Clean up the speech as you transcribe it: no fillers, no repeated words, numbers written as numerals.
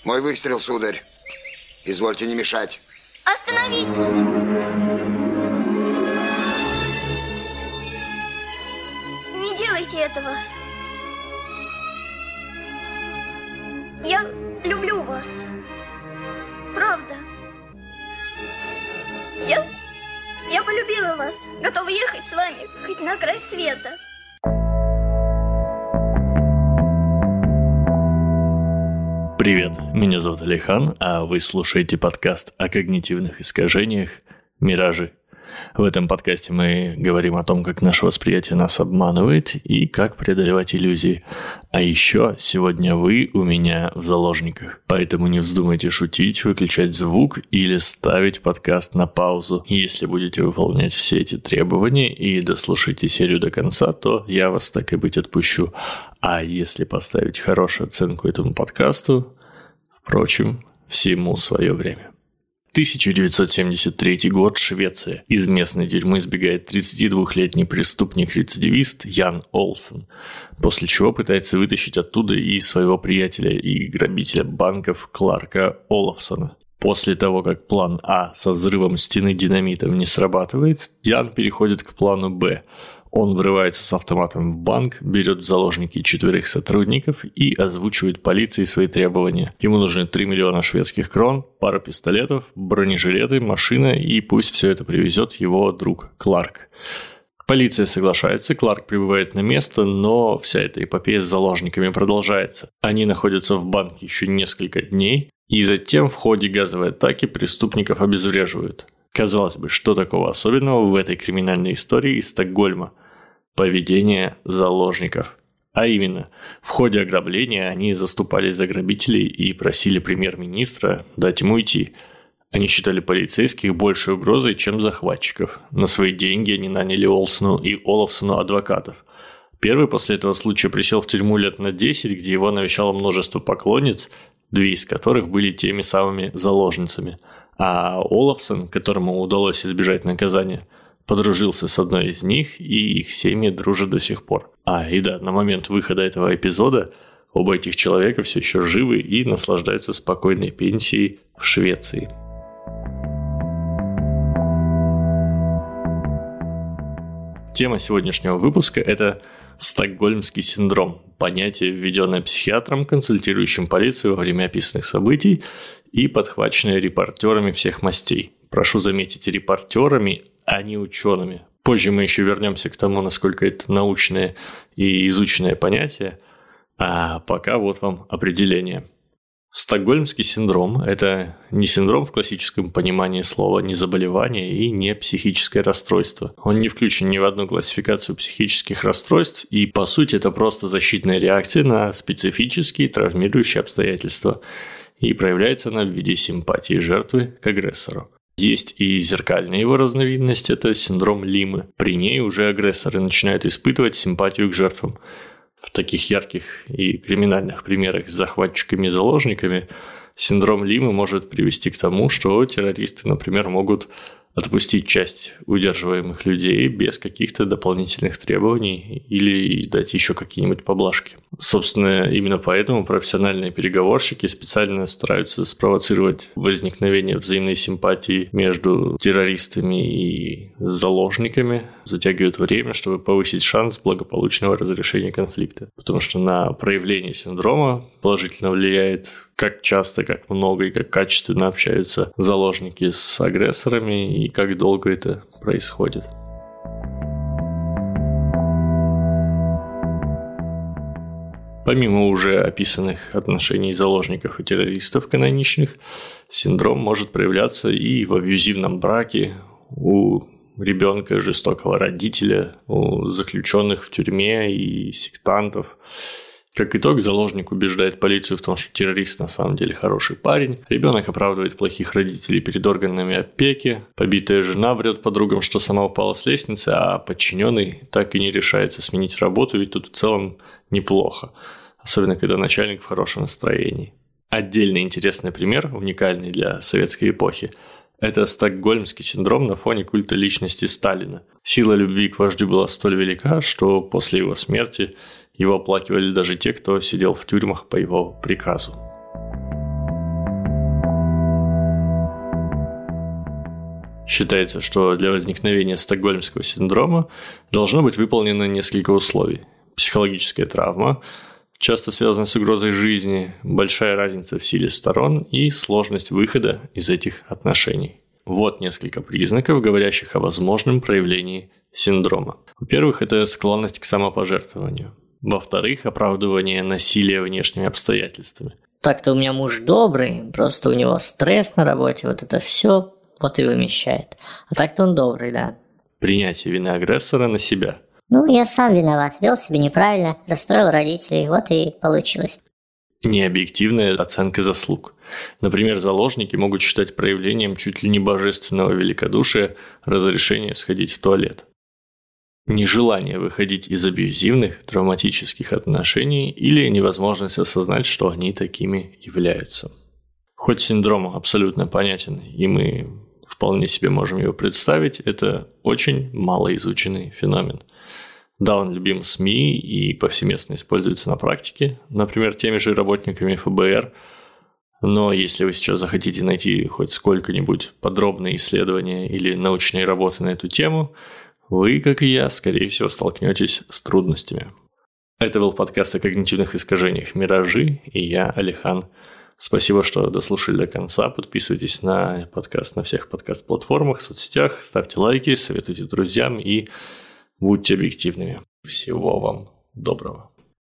Мой выстрел, сударь. Извольте не мешать. Остановитесь! Не делайте этого. Я люблю вас. Правда. Я полюбила вас. Готова ехать с вами, хоть на край света. Привет, меня зовут Алихан, а вы слушаете подкаст о когнитивных искажениях «Миражи». В этом подкасте мы говорим о том, как наше восприятие нас обманывает и как преодолевать иллюзии. А еще сегодня вы у меня в заложниках, поэтому не вздумайте шутить, выключать звук или ставить подкаст на паузу. Если будете выполнять все эти требования и дослушаете серию до конца, то я вас так и быть отпущу. А если поставить хорошую оценку этому подкасту, впрочем, всему свое время. 1973 год, Швеция. Из местной тюрьмы сбегает 32-летний преступник-рецидивист Ян Олсен, после чего пытается вытащить оттуда и своего приятеля и грабителя банков Кларка Олафсона. После того, как план А со взрывом стены динамитом не срабатывает, Ян переходит к плану Б. Он врывается с автоматом в банк, берет в заложники 4 сотрудников и озвучивает полиции свои требования. Ему нужны 3 миллиона шведских крон, пара пистолетов, бронежилеты, машина и пусть все это привезет его друг Кларк. Полиция соглашается, Кларк прибывает на место, но вся эта эпопея с заложниками продолжается. Они находятся в банке еще несколько дней, и затем в ходе газовой атаки преступников обезвреживают. Казалось бы, что такого особенного в этой криминальной истории из Стокгольма? Поведение заложников. А именно, в ходе ограбления они заступались за грабителей и просили премьер-министра дать им уйти. Они считали полицейских большей угрозой, чем захватчиков. На свои деньги они наняли Олсену и Олафсону адвокатов. Первый после этого случая присел в тюрьму лет на 10, где его навещало множество поклонниц, 2 из которых были теми самыми заложницами. А Олафсон, которому удалось избежать наказания, подружился с одной из них, и их семьи дружат до сих пор. На момент выхода этого эпизода оба этих человека все еще живы и наслаждаются спокойной пенсией в Швеции. Тема сегодняшнего выпуска – это стокгольмский синдром, понятие, введенное психиатром, консультирующим полицию во время описанных событий и подхваченное репортерами всех мастей. Прошу заметить, репортерами, а не учеными. Позже мы еще вернемся к тому, насколько это научное и изученное понятие, а пока вот вам определение. Стокгольмский синдром – это не синдром в классическом понимании слова, не заболевание и не психическое расстройство. Он не включен ни в одну классификацию психических расстройств, и по сути это просто защитная реакция на специфические травмирующие обстоятельства, и проявляется она в виде симпатии жертвы к агрессору. Есть и зеркальная его разновидность – это синдром Лимы. При ней уже агрессоры начинают испытывать симпатию к жертвам. В таких ярких и криминальных примерах с захватчиками и заложниками синдром Лимы может привести к тому, что террористы, например, могут отпустить часть удерживаемых людей без каких-то дополнительных требований или дать еще какие-нибудь поблажки. Собственно, именно поэтому профессиональные переговорщики специально стараются спровоцировать возникновение взаимной симпатии между террористами и заложниками, затягивают время, чтобы повысить шанс благополучного разрешения конфликта. Потому что на проявление синдрома положительно влияет, как часто, как много и как качественно общаются заложники с агрессорами и как долго это происходит. Помимо уже описанных отношений заложников и террористов каноничных, синдром может проявляться и в абьюзивном браке, у ребенка жестокого родителя, у заключенных в тюрьме и сектантов. Как итог, заложник убеждает полицию в том, что террорист на самом деле хороший парень, ребенок оправдывает плохих родителей перед органами опеки, побитая жена врет подругам, что сама упала с лестницы, а подчиненный так и не решается сменить работу, ведь тут в целом неплохо, особенно когда начальник в хорошем настроении. Отдельный интересный пример, уникальный для советской эпохи, это стокгольмский синдром на фоне культа личности Сталина. Сила любви к вождю была столь велика, что после его смерти его оплакивали даже те, кто сидел в тюрьмах по его приказу. Считается, что для возникновения стокгольмского синдрома должно быть выполнено несколько условий. Психологическая травма, часто связанная с угрозой жизни, большая разница в силе сторон и сложность выхода из этих отношений. Вот несколько признаков, говорящих о возможном проявлении синдрома. Во-первых, это склонность к самопожертвованию. Во-вторых, оправдывание насилия внешними обстоятельствами. Так-то у меня муж добрый, просто у него стресс на работе, вот это все вот и вымещает. А так-то он добрый, да. Принятие вины агрессора на себя. Ну, я сам виноват, вел себя неправильно, расстроил родителей, вот и получилось. Необъективная оценка заслуг. Например, заложники могут считать проявлением чуть ли не божественного великодушия разрешение сходить в туалет. Нежелание выходить из абьюзивных, травматических отношений или невозможность осознать, что они такими являются. Хоть синдром абсолютно понятен, и мы вполне себе можем его представить, это очень малоизученный феномен. Да, он любим СМИ и повсеместно используется на практике, например, теми же работниками ФБР. Но если вы сейчас захотите найти хоть сколько-нибудь подробные исследования или научные работы на эту тему, вы, как и я, скорее всего, столкнетесь с трудностями. Это был подкаст о когнитивных искажениях «Миражи», и я, Алихан. Спасибо, что дослушали до конца. Подписывайтесь на подкаст на всех подкаст-платформах, соцсетях, ставьте лайки, советуйте друзьям и будьте объективными. Всего вам доброго.